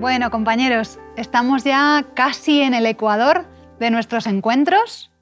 Bueno, compañeros, estamos ya casi en el ecuador de nuestros encuentros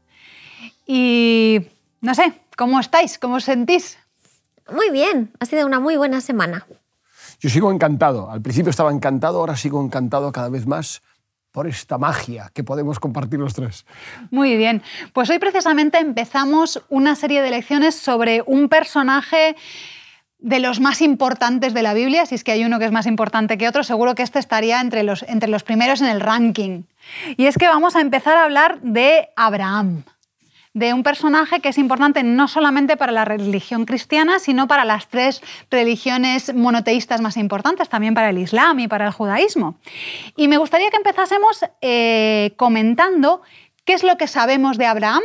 y no sé, ¿cómo estáis? ¿Cómo os sentís? Muy bien, ha sido una muy buena semana. Yo sigo encantado. Al principio estaba encantado, ahora sigo encantado cada vez más por esta magia que podemos compartir los tres. Muy bien, pues hoy precisamente empezamos una serie de lecciones sobre un personaje de los más importantes de la Biblia. Si es que hay uno que es más importante que otro, seguro que este estaría entre los primeros en el ranking. Y es que vamos a empezar a hablar de Abraham, de un personaje que es importante no solamente para la religión cristiana, sino para las tres religiones monoteístas más importantes, también para el Islam y para el judaísmo. Y me gustaría que empezásemos comentando qué es lo que sabemos de Abraham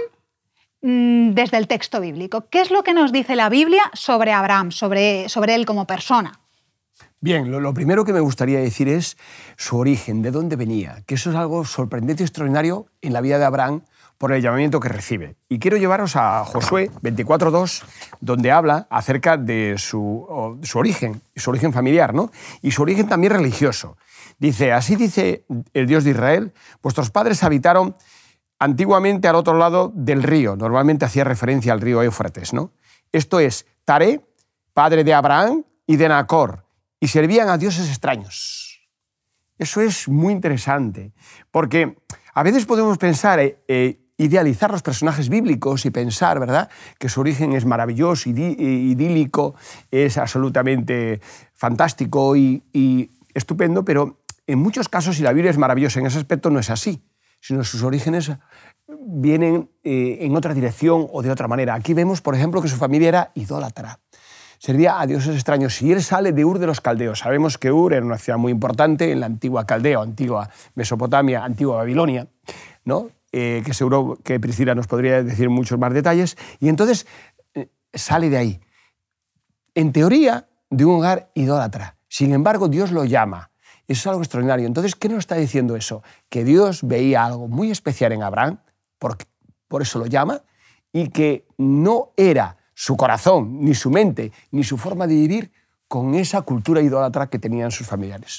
desde el texto bíblico. ¿Qué es lo que nos dice la Biblia sobre Abraham, sobre él como persona? Bien, lo primero que me gustaría decir es su origen, de dónde venía, que eso es algo sorprendente y extraordinario en la vida de Abraham por el llamamiento que recibe. Y quiero llevaros a Josué 24:2, donde habla acerca de su origen familiar, ¿no? Y su origen también religioso. Dice, así dice el Dios de Israel, vuestros padres habitaron antiguamente al otro lado del río, normalmente hacía referencia al río Éufrates, ¿no? Esto es, Taré, padre de Abraham y de Nacor, y servían a dioses extraños. Eso es muy interesante, porque a veces podemos pensar, idealizar los personajes bíblicos y pensar, ¿verdad?, que su origen es maravilloso, idílico, es absolutamente fantástico y estupendo, pero en muchos casos, si la Biblia es maravillosa en ese aspecto, no es así, sino sus orígenes vienen en otra dirección o de otra manera. Aquí vemos, por ejemplo, que su familia era idólatra, servía a dioses extraños. Y él sale de Ur de los Caldeos. Sabemos que Ur era una ciudad muy importante en la antigua Caldea, antigua Mesopotamia, antigua Babilonia, ¿no? Que seguro que Priscila nos podría decir muchos más detalles. Y entonces sale de ahí, en teoría, de un hogar idólatra. Sin embargo, Dios lo llama. Eso es algo extraordinario. Entonces, ¿qué nos está diciendo eso? Que Dios veía algo muy especial en Abraham, por eso lo llama, y que no era su corazón, ni su mente, ni su forma de vivir con esa cultura idólatra que tenían sus familiares.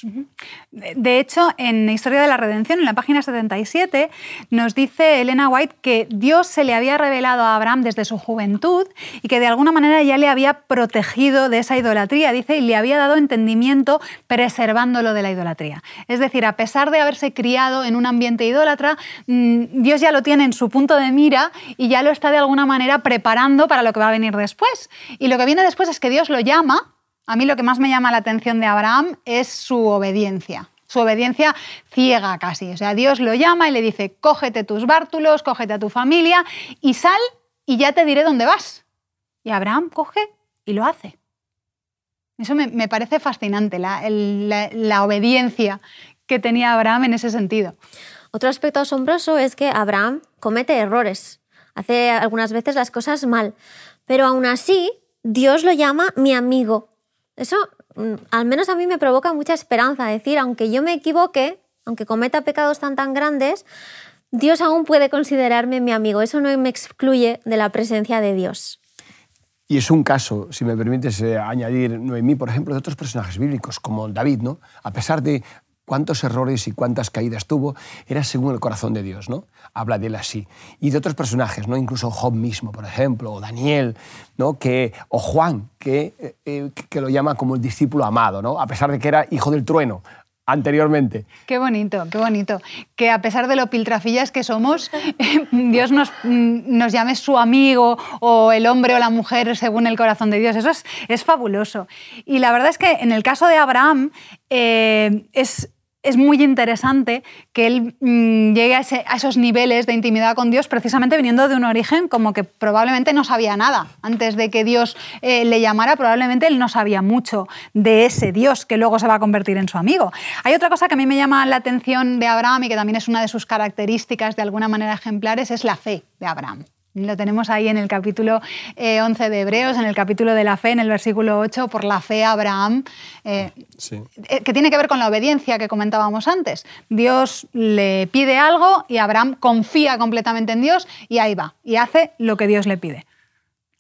De hecho, en Historia de la Redención, en la página 77, nos dice Elena White que Dios se le había revelado a Abraham desde su juventud y que de alguna manera ya le había protegido de esa idolatría, dice, y le había dado entendimiento preservándolo de la idolatría. Es decir, a pesar de haberse criado en un ambiente idólatra, Dios ya lo tiene en su punto de mira y ya lo está de alguna manera preparando para lo que va a venir después. Y lo que viene después es que Dios lo llama. A mí lo que más me llama la atención de Abraham es su obediencia ciega casi. O sea, Dios lo llama y le dice, cógete tus bártulos, cógete a tu familia y sal y ya te diré dónde vas. Y Abraham coge y lo hace. Eso me parece fascinante, la obediencia que tenía Abraham en ese sentido. Otro aspecto asombroso es que Abraham comete errores, hace algunas veces las cosas mal, pero aún así Dios lo llama mi amigo. Eso, al menos a mí me provoca mucha esperanza, decir, aunque yo me equivoque, aunque cometa pecados tan grandes, Dios aún puede considerarme mi amigo. Eso no me excluye de la presencia de Dios. Y es un caso, si me permites añadir, Noemí, por ejemplo, de otros personajes bíblicos, como David, ¿no? A pesar de cuántos errores y cuántas caídas tuvo, era según el corazón de Dios, ¿no? Habla de él así. Y de otros personajes, ¿no? Incluso Job mismo, por ejemplo, o Daniel, ¿no? O Juan, que lo llama como el discípulo amado, ¿no? A pesar de que era hijo del trueno anteriormente. Qué bonito, qué bonito. Que a pesar de lo piltrafillas que somos, Dios nos llame su amigo o el hombre o la mujer según el corazón de Dios. Eso es fabuloso. Y la verdad es que en el caso de Abraham es muy interesante que él llegue a esos niveles de intimidad con Dios precisamente viniendo de un origen como que probablemente no sabía nada. Antes de que Dios le llamara, probablemente él no sabía mucho de ese Dios que luego se va a convertir en su amigo. Hay otra cosa que a mí me llama la atención de Abraham y que también es una de sus características de alguna manera ejemplares, es la fe de Abraham. Lo tenemos ahí en el capítulo 11 de Hebreos, en el capítulo de la fe, en el versículo 8, por la fe Abraham, Sí. Que tiene que ver con la obediencia que comentábamos antes. Dios le pide algo y Abraham confía completamente en Dios y ahí va, y hace lo que Dios le pide.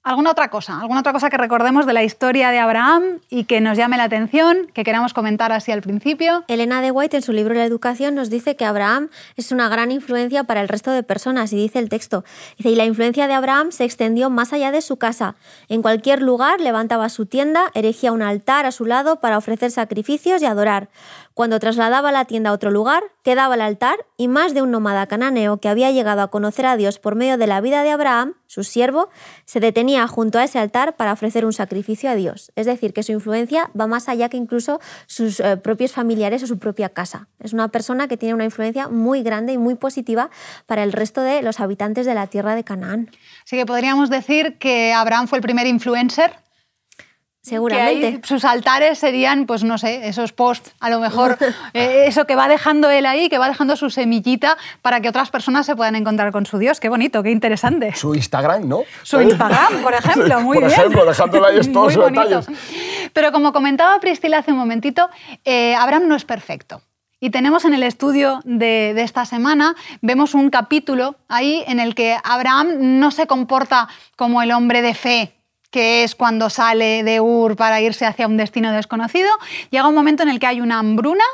¿Alguna otra cosa que recordemos de la historia de Abraham y que nos llame la atención, que queramos comentar así al principio? Elena de White, en su libro La educación, nos dice que Abraham es una gran influencia para el resto de personas, y dice el texto, dice, y la influencia de Abraham se extendió más allá de su casa. En cualquier lugar levantaba su tienda, erigía un altar a su lado para ofrecer sacrificios y adorar. Cuando trasladaba la tienda a otro lugar, quedaba el altar, y más de un nómada cananeo que había llegado a conocer a Dios por medio de la vida de Abraham, su siervo, se detenía junto a ese altar para ofrecer un sacrificio a Dios. Es decir, que su influencia va más allá que incluso sus propios familiares o su propia casa. Es una persona que tiene una influencia muy grande y muy positiva para el resto de los habitantes de la tierra de Canaán. Así que podríamos decir que Abraham fue el primer influencer. Seguramente. Que ahí sus altares serían, pues no sé, esos posts, a lo mejor eso que va dejando él ahí, que va dejando su semillita para que otras personas se puedan encontrar con su Dios. Qué bonito, qué interesante. Su Instagram, ¿no? Su Instagram, por ejemplo, muy bien. Por ejemplo, dejándole ahí todos sus detalles. Pero como comentaba Priscila hace un momentito, Abraham no es perfecto. Y tenemos en el estudio de esta semana, vemos un capítulo ahí en el que Abraham no se comporta como el hombre de fe, que es cuando sale de Ur para irse hacia un destino desconocido. Llega un momento en el que hay una hambruna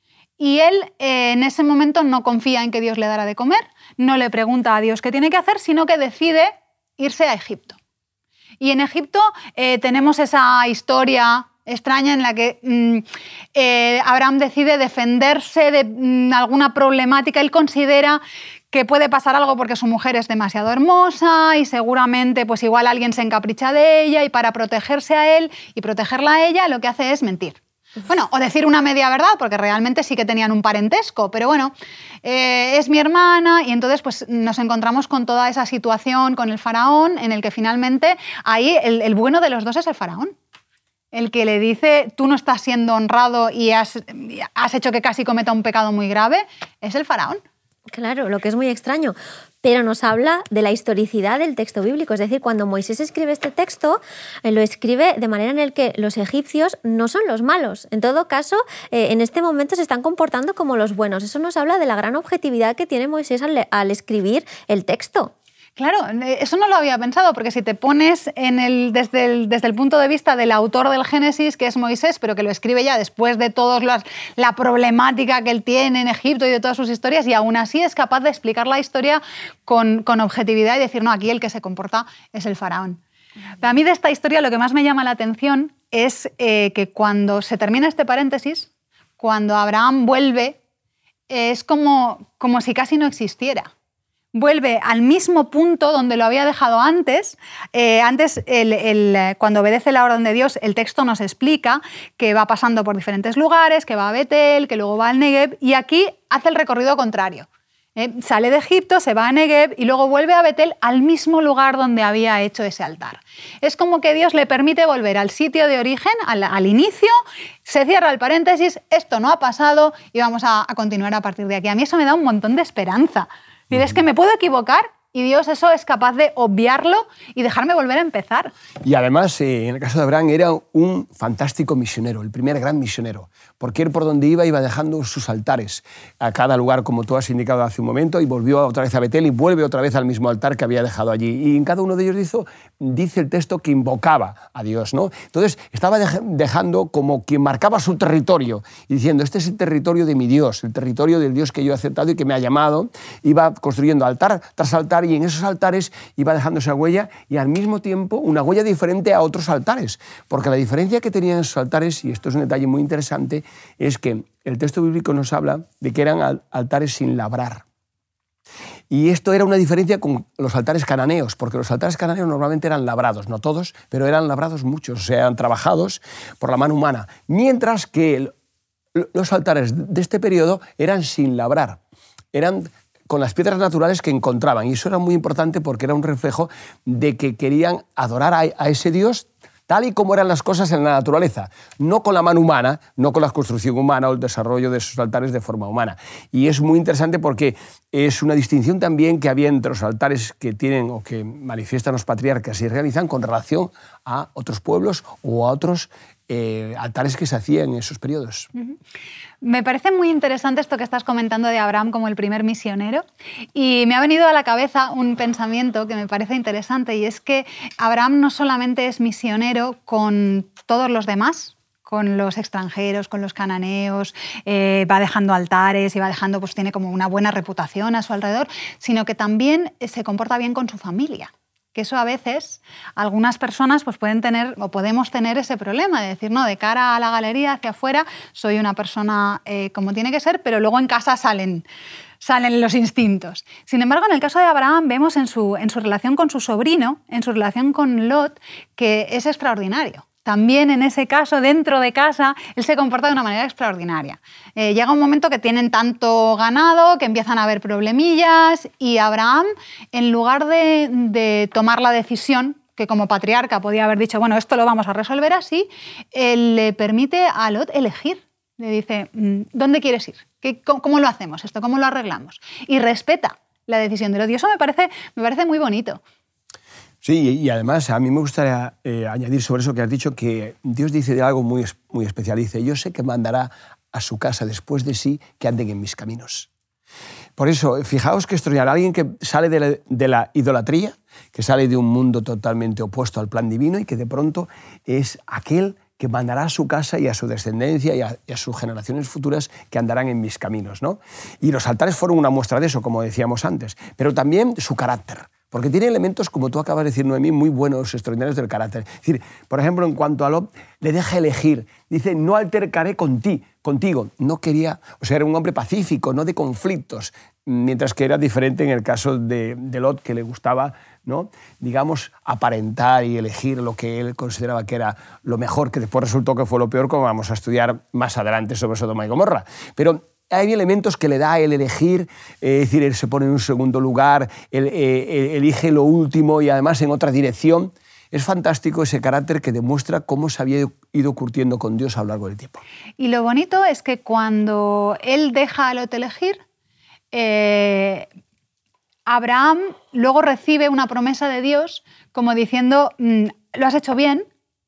y él en ese momento no confía en que Dios le dará de comer, no le pregunta a Dios qué tiene que hacer, sino que decide irse a Egipto. Y en Egipto tenemos esa historia extraña en la que Abraham decide defenderse de alguna problemática. Él considera que puede pasar algo porque su mujer es demasiado hermosa y seguramente pues igual alguien se encapricha de ella, y para protegerse a él y protegerla a ella lo que hace es mentir. Bueno, o decir una media verdad, porque realmente sí que tenían un parentesco, pero bueno, es mi hermana, y entonces pues nos encontramos con toda esa situación con el faraón, en el que finalmente ahí el bueno de los dos es el faraón. El que le dice, tú no estás siendo honrado y has hecho que casi cometa un pecado muy grave, es el faraón. Claro, lo que es muy extraño, pero nos habla de la historicidad del texto bíblico. Es decir, cuando Moisés escribe este texto, lo escribe de manera en la que los egipcios no son los malos. En todo caso, en este momento se están comportando como los buenos. Eso nos habla de la gran objetividad que tiene Moisés al escribir el texto. Claro, eso no lo había pensado, porque si te pones desde el punto de vista del autor del Génesis, que es Moisés, pero que lo escribe ya después de toda la problemática que él tiene en Egipto y de todas sus historias, y aún así es capaz de explicar la historia con objetividad y decir, no, aquí el que se comporta es el faraón. Pero a mí de esta historia lo que más me llama la atención es que cuando se termina este paréntesis, cuando Abraham vuelve, es como si casi no existiera. Vuelve al mismo punto donde lo había dejado antes. Cuando obedece la orden de Dios, el texto nos explica que va pasando por diferentes lugares, que va a Betel, que luego va al Negev, y aquí hace el recorrido contrario. Sale de Egipto, se va a Negev y luego vuelve a Betel, al mismo lugar donde había hecho ese altar. Es como que Dios le permite volver al sitio de origen, al inicio, se cierra el paréntesis, esto no ha pasado y vamos a continuar a partir de aquí. A mí eso me da un montón de esperanza. Es que me puedo equivocar y Dios eso es capaz de obviarlo y dejarme volver a empezar. Y además, en el caso de Abraham, era un fantástico misionero, el primer gran misionero, porque él por donde iba dejando sus altares a cada lugar, como tú has indicado hace un momento, y volvió otra vez a Betel y vuelve otra vez al mismo altar que había dejado allí. Y en cada uno de ellos dice el texto que invocaba a Dios, ¿no? Entonces estaba dejando como quien marcaba su territorio y diciendo, este es el territorio de mi Dios, el territorio del Dios que yo he aceptado y que me ha llamado. Iba construyendo altar tras altar, y en esos altares iba dejando esa huella, y al mismo tiempo una huella diferente a otros altares, porque la diferencia que tenían esos altares, y esto es un detalle muy interesante, es que el texto bíblico nos habla de que eran altares sin labrar. Y esto era una diferencia con los altares cananeos, porque los altares cananeos normalmente eran labrados, no todos, pero eran labrados muchos, o sea, eran trabajados por la mano humana, mientras que los altares de este periodo eran sin labrar, eran con las piedras naturales que encontraban, y eso era muy importante porque era un reflejo de que querían adorar a ese Dios tal y como eran las cosas en la naturaleza, no con la mano humana, no con la construcción humana o el desarrollo de esos altares de forma humana. Y es muy interesante porque es una distinción también que había entre los altares que tienen o que manifiestan los patriarcas y realizan con relación a otros pueblos o a otros altares que se hacían en esos periodos. Me parece muy interesante esto que estás comentando de Abraham como el primer misionero, y me ha venido a la cabeza un pensamiento que me parece interesante, y es que Abraham no solamente es misionero con todos los demás, con los extranjeros, con los cananeos, va dejando altares y va dejando, pues tiene como una buena reputación a su alrededor, sino que también se comporta bien con su familia. Que eso a veces algunas personas pues pueden tener o podemos tener ese problema de decir, no, de cara a la galería, hacia afuera, soy una persona como tiene que ser, pero luego en casa salen los instintos. Sin embargo, en el caso de Abraham vemos en su relación con su sobrino, en su relación con Lot, que es extraordinario. También en ese caso, dentro de casa, él se comporta de una manera extraordinaria. Llega un momento que tienen tanto ganado que empiezan a haber problemillas y Abraham, en lugar de tomar la decisión, que como patriarca podía haber dicho, bueno, esto lo vamos a resolver así, él le permite a Lot elegir. Le dice, ¿dónde quieres ir? ¿Cómo lo hacemos esto? ¿Cómo lo arreglamos? Y respeta la decisión de Lot. Y eso me parece muy bonito. Sí, y además a mí me gustaría añadir sobre eso que has dicho, que Dios dice algo muy, muy especial. Dice, yo sé que mandará a su casa después de sí que anden en mis caminos. Por eso, fijaos que extraordinario, alguien que sale de la idolatría, que sale de un mundo totalmente opuesto al plan divino y que de pronto es aquel que mandará a su casa y a su descendencia y a sus generaciones futuras que andarán en mis caminos, ¿no? Y los altares fueron una muestra de eso, como decíamos antes, pero también su carácter. Porque tiene elementos, como tú acabas de decir, Noemí, muy buenos, extraordinarios del carácter. Es decir, por ejemplo, en cuanto a Lot, le deja elegir. Dice, no altercaré contigo. No quería, o sea, era un hombre pacífico, no de conflictos, mientras que era diferente en el caso de Lot, que le gustaba, ¿no?, digamos, aparentar y elegir lo que él consideraba que era lo mejor, que después resultó que fue lo peor, como vamos a estudiar más adelante sobre Sodoma y Gomorra. Pero hay elementos que le da el elegir, es decir, él se pone en un segundo lugar, él elige lo último y además en otra dirección. Es fantástico ese carácter que demuestra cómo se había ido curtiendo con Dios a lo largo del tiempo. Y lo bonito es que cuando él deja a Lot elegir, Abraham luego recibe una promesa de Dios como diciendo, lo has hecho bien,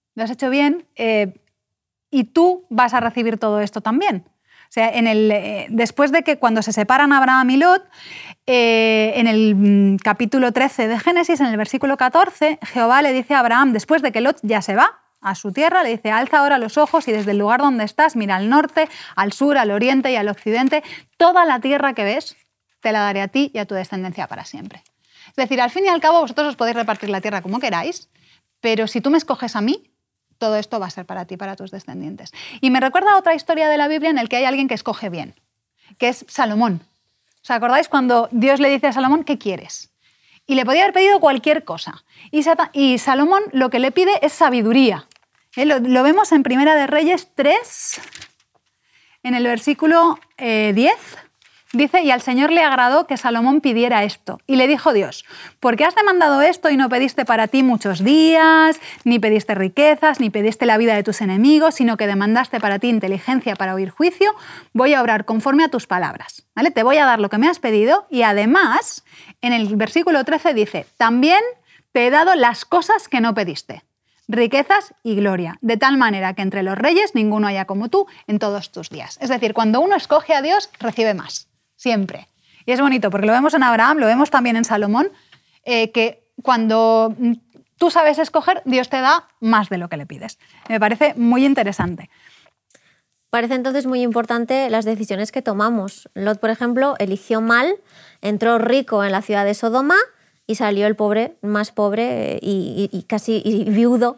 y tú vas a recibir todo esto también. O sea, después de que cuando se separan Abraham y Lot, en el capítulo 13 de Génesis, en el versículo 14, Jehová le dice a Abraham, después de que Lot ya se va a su tierra, le dice, alza ahora los ojos y desde el lugar donde estás, mira al norte, al sur, al oriente y al occidente, toda la tierra que ves te la daré a ti y a tu descendencia para siempre. Es decir, al fin y al cabo vosotros os podéis repartir la tierra como queráis, pero si tú me escoges a mí, todo esto va a ser para ti, para tus descendientes. Y me recuerda a otra historia de la Biblia en la que hay alguien que escoge bien, que es Salomón. ¿Os acordáis cuando Dios le dice a Salomón, ¿qué quieres? Y le podía haber pedido cualquier cosa. Y Salomón lo que le pide es sabiduría. Lo vemos en Primera de Reyes 3, en el versículo 10. Dice, y al Señor le agradó que Salomón pidiera esto. Y le dijo Dios, ¿por qué has demandado esto y no pediste para ti muchos días, ni pediste riquezas, ni pediste la vida de tus enemigos, sino que demandaste para ti inteligencia para oír juicio? Voy a obrar conforme a tus palabras, ¿vale? Te voy a dar lo que me has pedido y además, en el versículo 13 dice, también te he dado las cosas que no pediste, riquezas y gloria, de tal manera que entre los reyes ninguno haya como tú en todos tus días. Es decir, cuando uno escoge a Dios, recibe más. Siempre. Y es bonito porque lo vemos en Abraham, lo vemos también en Salomón, que cuando tú sabes escoger, Dios te da más de lo que le pides. Me parece muy interesante. Parece entonces muy importante las decisiones que tomamos. Lot, por ejemplo, eligió mal, entró rico en la ciudad de Sodoma y salió el pobre, más pobre y casi viudo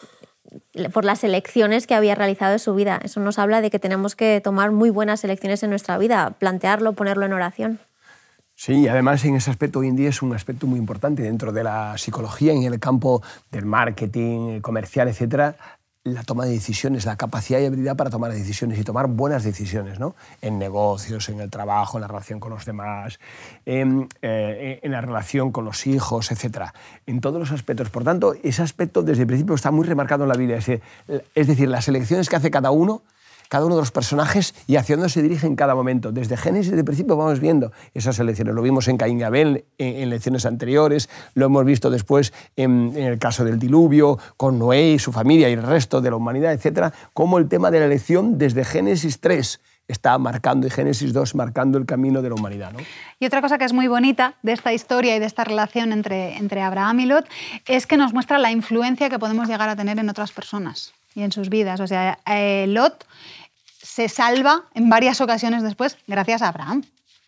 por las elecciones que había realizado en su vida. Eso nos habla de que tenemos que tomar muy buenas elecciones en nuestra vida, plantearlo, ponerlo en oración. Sí, y además en ese aspecto hoy en día es un aspecto muy importante dentro de la psicología, en el campo del marketing, comercial, etcétera. La toma de decisiones, la capacidad y habilidad para tomar decisiones y tomar buenas decisiones, ¿no? En negocios, en el trabajo, en la relación con los demás, en la relación con los hijos, etc. En todos los aspectos. Por tanto, ese aspecto desde el principio está muy remarcado en la Biblia. Es decir, las elecciones que hace cada uno cada uno de los personajes y hacia dónde se dirige en cada momento. Desde Génesis, de principio, vamos viendo esas elecciones. Lo vimos en Caín y Abel en lecciones anteriores, lo hemos visto después en el caso del diluvio, con Noé y su familia y el resto de la humanidad, etcétera, cómo el tema de la elección desde Génesis 3 está marcando y Génesis 2 marcando el camino de la humanidad, ¿no? Y otra cosa que es muy bonita de esta historia y de esta relación entre Abraham y Lot es que nos muestra la influencia que podemos llegar a tener en otras personas y en sus vidas. O sea, Lot se salva en varias ocasiones después gracias a Abraham.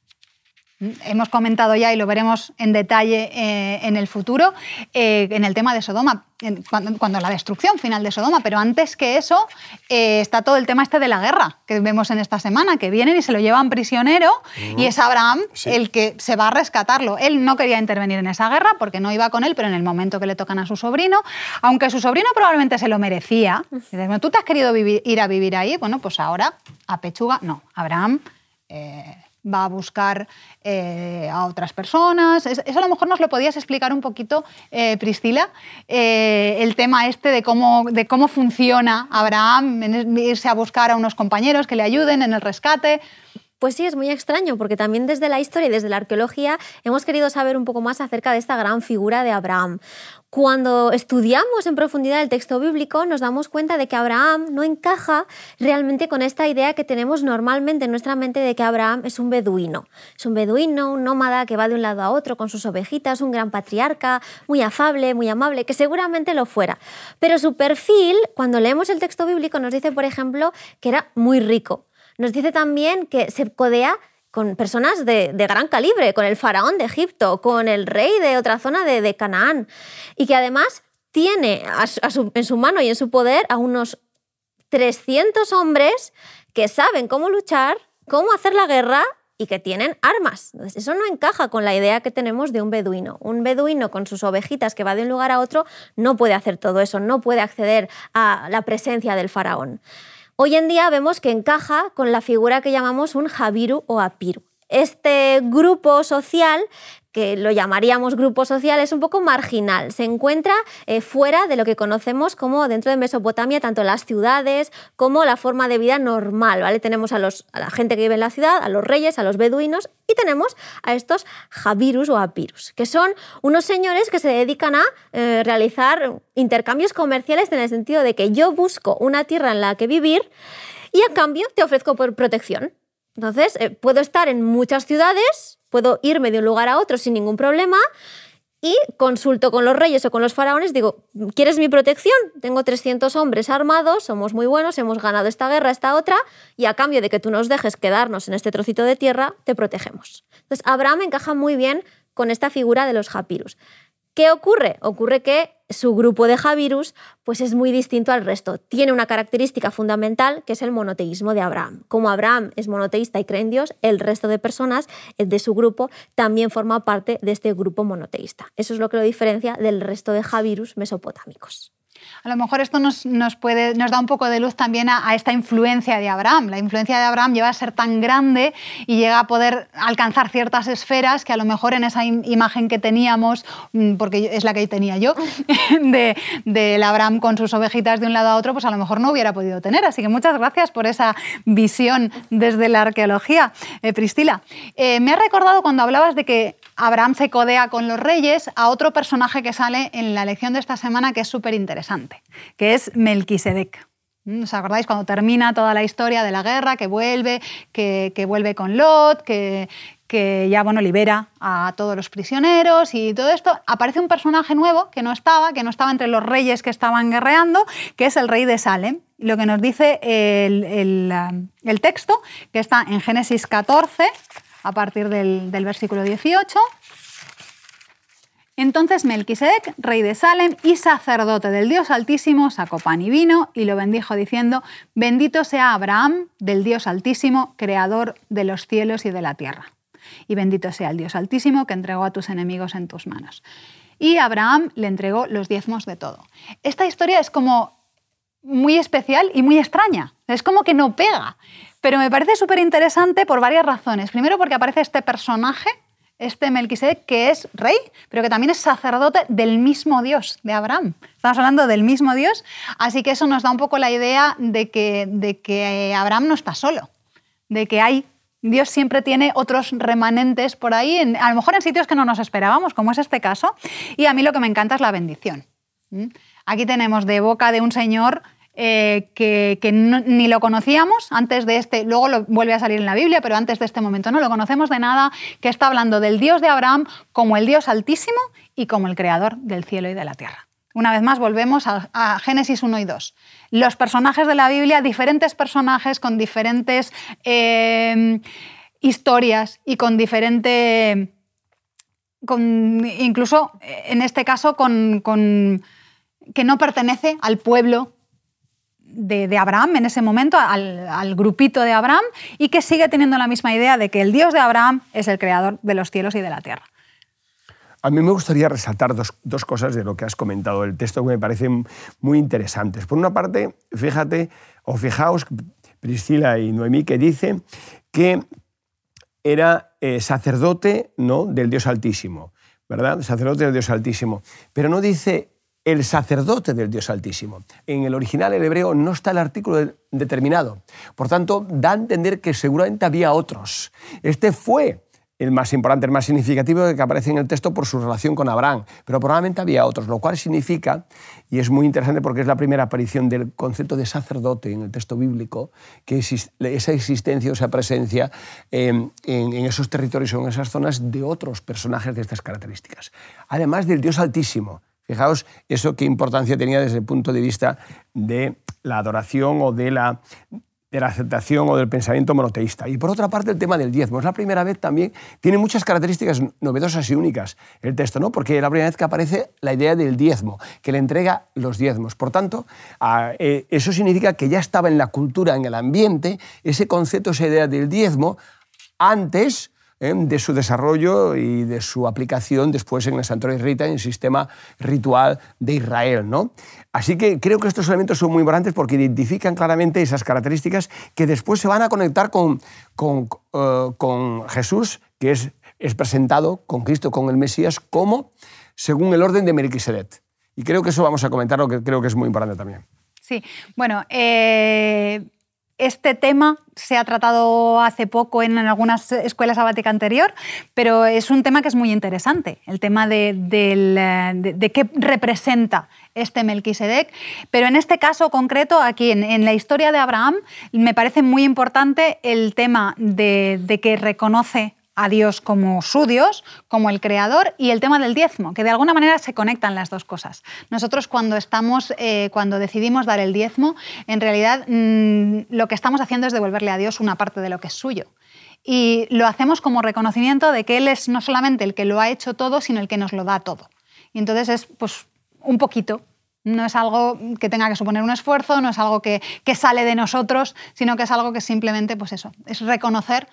Hemos comentado ya, y lo veremos en detalle en el futuro, en el tema de Sodoma, cuando la destrucción final de Sodoma, pero antes que eso está todo el tema este de la guerra que vemos en esta semana, que vienen y se lo llevan prisionero y es Abraham el que se va a rescatarlo. Él no quería intervenir en esa guerra porque no iba con él, pero en el momento que le tocan a su sobrino, aunque su sobrino probablemente se lo merecía, dice, bueno, ¿tú te has querido ir a vivir ahí? Bueno, pues ahora a pechuga, no, Abraham va a buscar a otras personas. Eso a lo mejor nos lo podías explicar un poquito, Priscila, el tema este de cómo funciona Abraham, en irse a buscar a unos compañeros que le ayuden en el rescate. Pues sí, es muy extraño, porque también desde la historia y desde la arqueología hemos querido saber un poco más acerca de esta gran figura de Abraham. Cuando estudiamos en profundidad el texto bíblico, nos damos cuenta de que Abraham no encaja realmente con esta idea que tenemos normalmente en nuestra mente de que Abraham es un beduino. Es un beduino, un nómada que va de un lado a otro con sus ovejitas, un gran patriarca, muy afable, muy amable, que seguramente lo fuera. Pero su perfil, cuando leemos el texto bíblico, nos dice, por ejemplo, que era muy rico. Nos dice también que se codea con personas de gran calibre, con el faraón de Egipto, con el rey de otra zona de Canaán, y que además tiene en su mano y en su poder a unos 300 hombres que saben cómo luchar, cómo hacer la guerra y que tienen armas. Entonces, eso no encaja con la idea que tenemos de un beduino. Un beduino con sus ovejitas que va de un lugar a otro no puede hacer todo eso, no puede acceder a la presencia del faraón. Hoy en día vemos que encaja con la figura que llamamos un jabiru o apiru. Este grupo social, que lo llamaríamos grupo social, es un poco marginal. Se encuentra fuera de lo que conocemos como dentro de Mesopotamia, tanto las ciudades como la forma de vida normal, ¿vale? Tenemos a la gente que vive en la ciudad, a los reyes, a los beduinos, y tenemos a estos jabirus o apirus, que son unos señores que se dedican a realizar intercambios comerciales en el sentido de que yo busco una tierra en la que vivir y a cambio te ofrezco protección. Entonces, puedo estar en muchas ciudades, puedo irme de un lugar a otro sin ningún problema y consulto con los reyes o con los faraones, digo, ¿quieres mi protección? Tengo 300 hombres armados, somos muy buenos, hemos ganado esta guerra, esta otra, y a cambio de que tú nos dejes quedarnos en este trocito de tierra, te protegemos. Entonces, Abraham encaja muy bien con esta figura de los japirus. ¿Qué ocurre? Ocurre que su grupo de Jabirus pues es muy distinto al resto. Tiene una característica fundamental que es el monoteísmo de Abraham. Como Abraham es monoteísta y cree en Dios, el resto de personas de su grupo también forma parte de este grupo monoteísta. Eso es lo que lo diferencia del resto de Jabirus mesopotámicos. A lo mejor esto nos da un poco de luz también a esta influencia de Abraham. La influencia de Abraham llega a ser tan grande y llega a poder alcanzar ciertas esferas que a lo mejor en esa imagen que teníamos, porque es la que tenía yo, del Abraham con sus ovejitas de un lado a otro, pues a lo mejor no hubiera podido tener. Así que muchas gracias por esa visión desde la arqueología, Priscila. Me ha recordado cuando hablabas de que Abraham se codea con los reyes a otro personaje que sale en la lección de esta semana que es súper interesante, que es Melquisedec. ¿Os acordáis cuando termina toda la historia de la guerra, que vuelve con Lot, que ya libera a todos los prisioneros y todo esto? Aparece un personaje nuevo que no estaba entre los reyes que estaban guerreando, que es el rey de Salem. Lo que nos dice el texto, que está en Génesis 14, a partir del versículo 18. Entonces Melquisedec, rey de Salem y sacerdote del Dios Altísimo, sacó pan y vino y lo bendijo diciendo: bendito sea Abraham del Dios Altísimo, creador de los cielos y de la tierra. Y bendito sea el Dios Altísimo que entregó a tus enemigos en tus manos. Y Abraham le entregó los diezmos de todo. Esta historia es como muy especial y muy extraña. Es como que no pega. Pero me parece súper interesante por varias razones. Primero, porque aparece este personaje este Melquisedec, que es rey, pero que también es sacerdote del mismo Dios, de Abraham. Estamos hablando del mismo Dios, así que eso nos da un poco la idea de que Abraham no está solo, de que Dios siempre tiene otros remanentes por ahí, a lo mejor en sitios que no nos esperábamos, como es este caso, y a mí lo que me encanta es la bendición. Aquí tenemos de boca de un señor que ni lo conocíamos antes de luego lo vuelve a salir en la Biblia, pero antes de este momento no lo conocemos de nada, que está hablando del Dios de Abraham como el Dios Altísimo y como el creador del cielo y de la tierra. Una vez más volvemos a Génesis 1 y 2. Los personajes de la Biblia, diferentes personajes con diferentes historias y con diferente... incluso en este caso que no pertenece al pueblo de Abraham en ese momento, al grupito de Abraham, y que sigue teniendo la misma idea de que el Dios de Abraham es el creador de los cielos y de la tierra. A mí me gustaría resaltar dos cosas de lo que has comentado del texto que me parecen muy interesantes. Por una parte, fijaos, Priscila y Noemí, que dice que era sacerdote, ¿no?, del Dios Altísimo, ¿verdad? Sacerdote del Dios Altísimo. Pero no dice el sacerdote del Dios Altísimo. En el original, el hebreo, no está el artículo determinado. Por tanto, da a entender que seguramente había otros. Este fue el más importante, el más significativo que aparece en el texto por su relación con Abraham, pero probablemente había otros, lo cual significa, y es muy interesante porque es la primera aparición del concepto de sacerdote en el texto bíblico, que esa existencia o esa presencia en esos territorios o en esas zonas de otros personajes de estas características. Además del Dios Altísimo. Fijaos eso qué importancia tenía desde el punto de vista de la adoración o de la aceptación o del pensamiento monoteísta. Y por otra parte, el tema del diezmo. Es la primera vez también, tiene muchas características novedosas y únicas el texto, ¿no? Porque es la primera vez que aparece la idea del diezmo, que le entrega los diezmos. Por tanto, eso significa que ya estaba en la cultura, en el ambiente, ese concepto, esa idea del diezmo, antes de su desarrollo y de su aplicación después en el santuario israelita, en el sistema ritual de Israel, ¿no? Así que creo que estos elementos son muy importantes porque identifican claramente esas características que después se van a conectar con Jesús, que es presentado con Cristo, con el Mesías, como según el orden de Melquisedec. Y creo que eso vamos a comentar, lo que creo que es muy importante también. Sí, bueno, este tema se ha tratado hace poco en algunas escuelas sabática anterior, pero es un tema que es muy interesante, el tema de qué representa este Melquisedec. Pero en este caso concreto, aquí en la historia de Abraham, me parece muy importante el tema de que reconoce a Dios como su Dios, como el creador, y el tema del diezmo, que de alguna manera se conectan las dos cosas. Nosotros cuando decidimos dar el diezmo, en realidad lo que estamos haciendo es devolverle a Dios una parte de lo que es suyo. Y lo hacemos como reconocimiento de que Él es no solamente el que lo ha hecho todo, sino el que nos lo da todo. Y entonces es pues, un poquito. No es algo que tenga que suponer un esfuerzo, no es algo que sale de nosotros, sino que es algo que simplemente, pues eso, es reconocer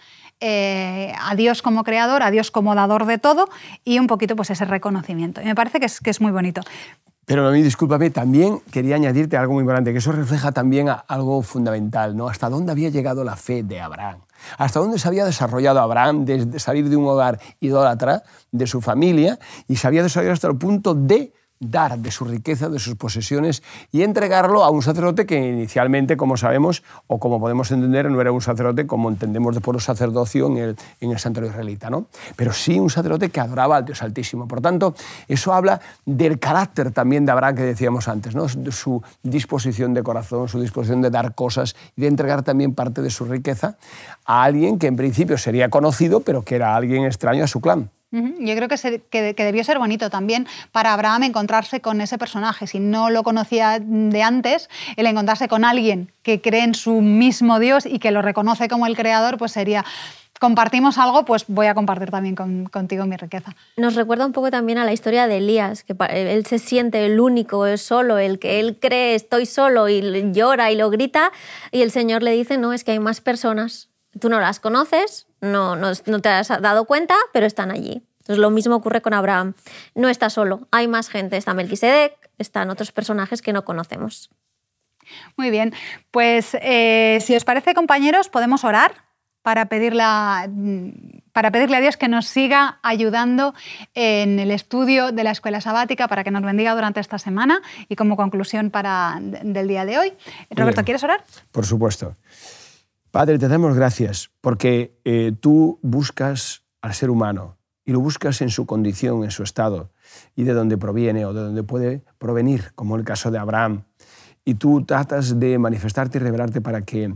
a Dios como creador, a Dios como dador de todo y un poquito pues ese reconocimiento. Y me parece que es muy bonito. Pero a mí, discúlpame, también quería añadirte algo muy importante, que eso refleja también algo fundamental, ¿no? Hasta dónde había llegado la fe de Abraham. Hasta dónde se había desarrollado Abraham desde salir de un hogar idólatra, de su familia, y se había desarrollado hasta el punto de dar de su riqueza, de sus posesiones y entregarlo a un sacerdote que inicialmente, como sabemos, o como podemos entender, no era un sacerdote como entendemos después el sacerdocio en el santuario israelita, ¿no? Pero sí un sacerdote que adoraba al Dios Altísimo. Por tanto, eso habla del carácter también de Abraham que decíamos antes, ¿no? De su disposición de corazón, su disposición de dar cosas y de entregar también parte de su riqueza a alguien que en principio sería conocido, pero que era alguien extraño a su clan. Yo creo que debió ser bonito también para Abraham encontrarse con ese personaje. Si no lo conocía de antes, el encontrarse con alguien que cree en su mismo Dios y que lo reconoce como el creador, pues sería, compartimos algo, pues voy a compartir también contigo mi riqueza. Nos recuerda un poco también a la historia de Elías, que él se siente el único, el solo, el que él cree estoy solo y llora y lo grita, y el Señor le dice, no, es que hay más personas, tú no las conoces, no te has dado cuenta, pero están allí. Entonces lo mismo ocurre con Abraham. No está solo, hay más gente. Está Melquisedec, están otros personajes que no conocemos. Muy bien, pues si os parece, compañeros, podemos orar para pedirle a Dios que nos siga ayudando en el estudio de la escuela sabática, para que nos bendiga durante esta semana y como conclusión del día de hoy. Roberto, ¿quieres orar? Por supuesto. Padre, te damos gracias porque tú buscas al ser humano y lo buscas en su condición, en su estado y de dónde proviene o de dónde puede provenir, como el caso de Abraham. Y tú tratas de manifestarte y revelarte para que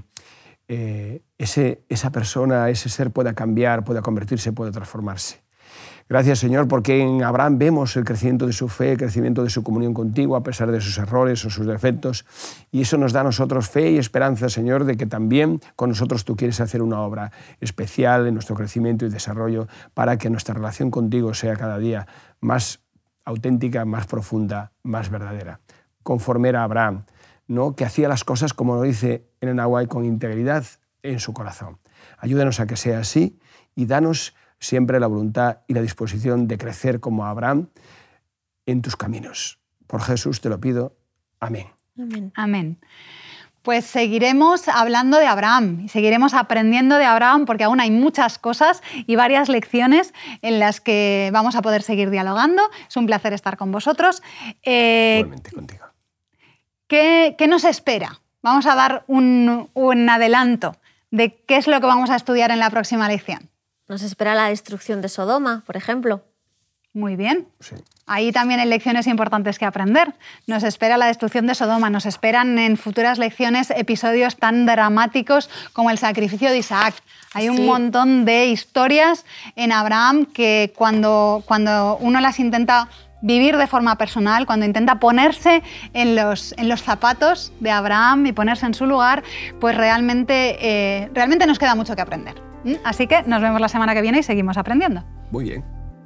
esa persona, ese ser pueda cambiar, pueda convertirse, pueda transformarse. Gracias, Señor, porque en Abraham vemos el crecimiento de su fe, el crecimiento de su comunión contigo, a pesar de sus errores o sus defectos. Y eso nos da a nosotros fe y esperanza, Señor, de que también con nosotros tú quieres hacer una obra especial en nuestro crecimiento y desarrollo para que nuestra relación contigo sea cada día más auténtica, más profunda, más verdadera. Conforme era Abraham, ¿no? Que hacía las cosas, como lo dice Elena White, con integridad en su corazón. Ayúdanos a que sea así y danos siempre la voluntad y la disposición de crecer como Abraham en tus caminos. Por Jesús te lo pido. Amén. Amén. Amén. Pues seguiremos hablando de Abraham y seguiremos aprendiendo de Abraham, porque aún hay muchas cosas y varias lecciones en las que vamos a poder seguir dialogando. Es un placer estar con vosotros. Igualmente contigo. ¿Qué nos espera? Vamos a dar un adelanto de qué es lo que vamos a estudiar en la próxima lección. Nos espera la destrucción de Sodoma, por ejemplo. Muy bien. Sí. Ahí también hay lecciones importantes que aprender. Nos espera la destrucción de Sodoma, nos esperan en futuras lecciones episodios tan dramáticos como el sacrificio de Isaac. Hay un montón de historias en Abraham que cuando uno las intenta vivir de forma personal, cuando intenta ponerse en los zapatos de Abraham y ponerse en su lugar, pues realmente nos queda mucho que aprender. Así que nos vemos la semana que viene y seguimos aprendiendo. Muy bien.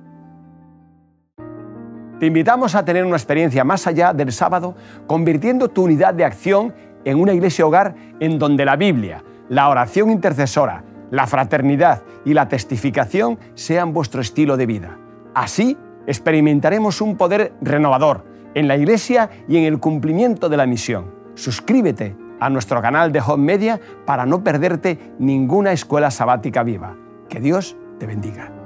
Te invitamos a tener una experiencia más allá del sábado, convirtiendo tu unidad de acción en una iglesia hogar en donde la Biblia, la oración intercesora, la fraternidad y la testificación sean vuestro estilo de vida. Así experimentaremos un poder renovador en la iglesia y en el cumplimiento de la misión. Suscríbete a nuestro canal de Home Media para no perderte ninguna escuela sabática viva. Que Dios te bendiga.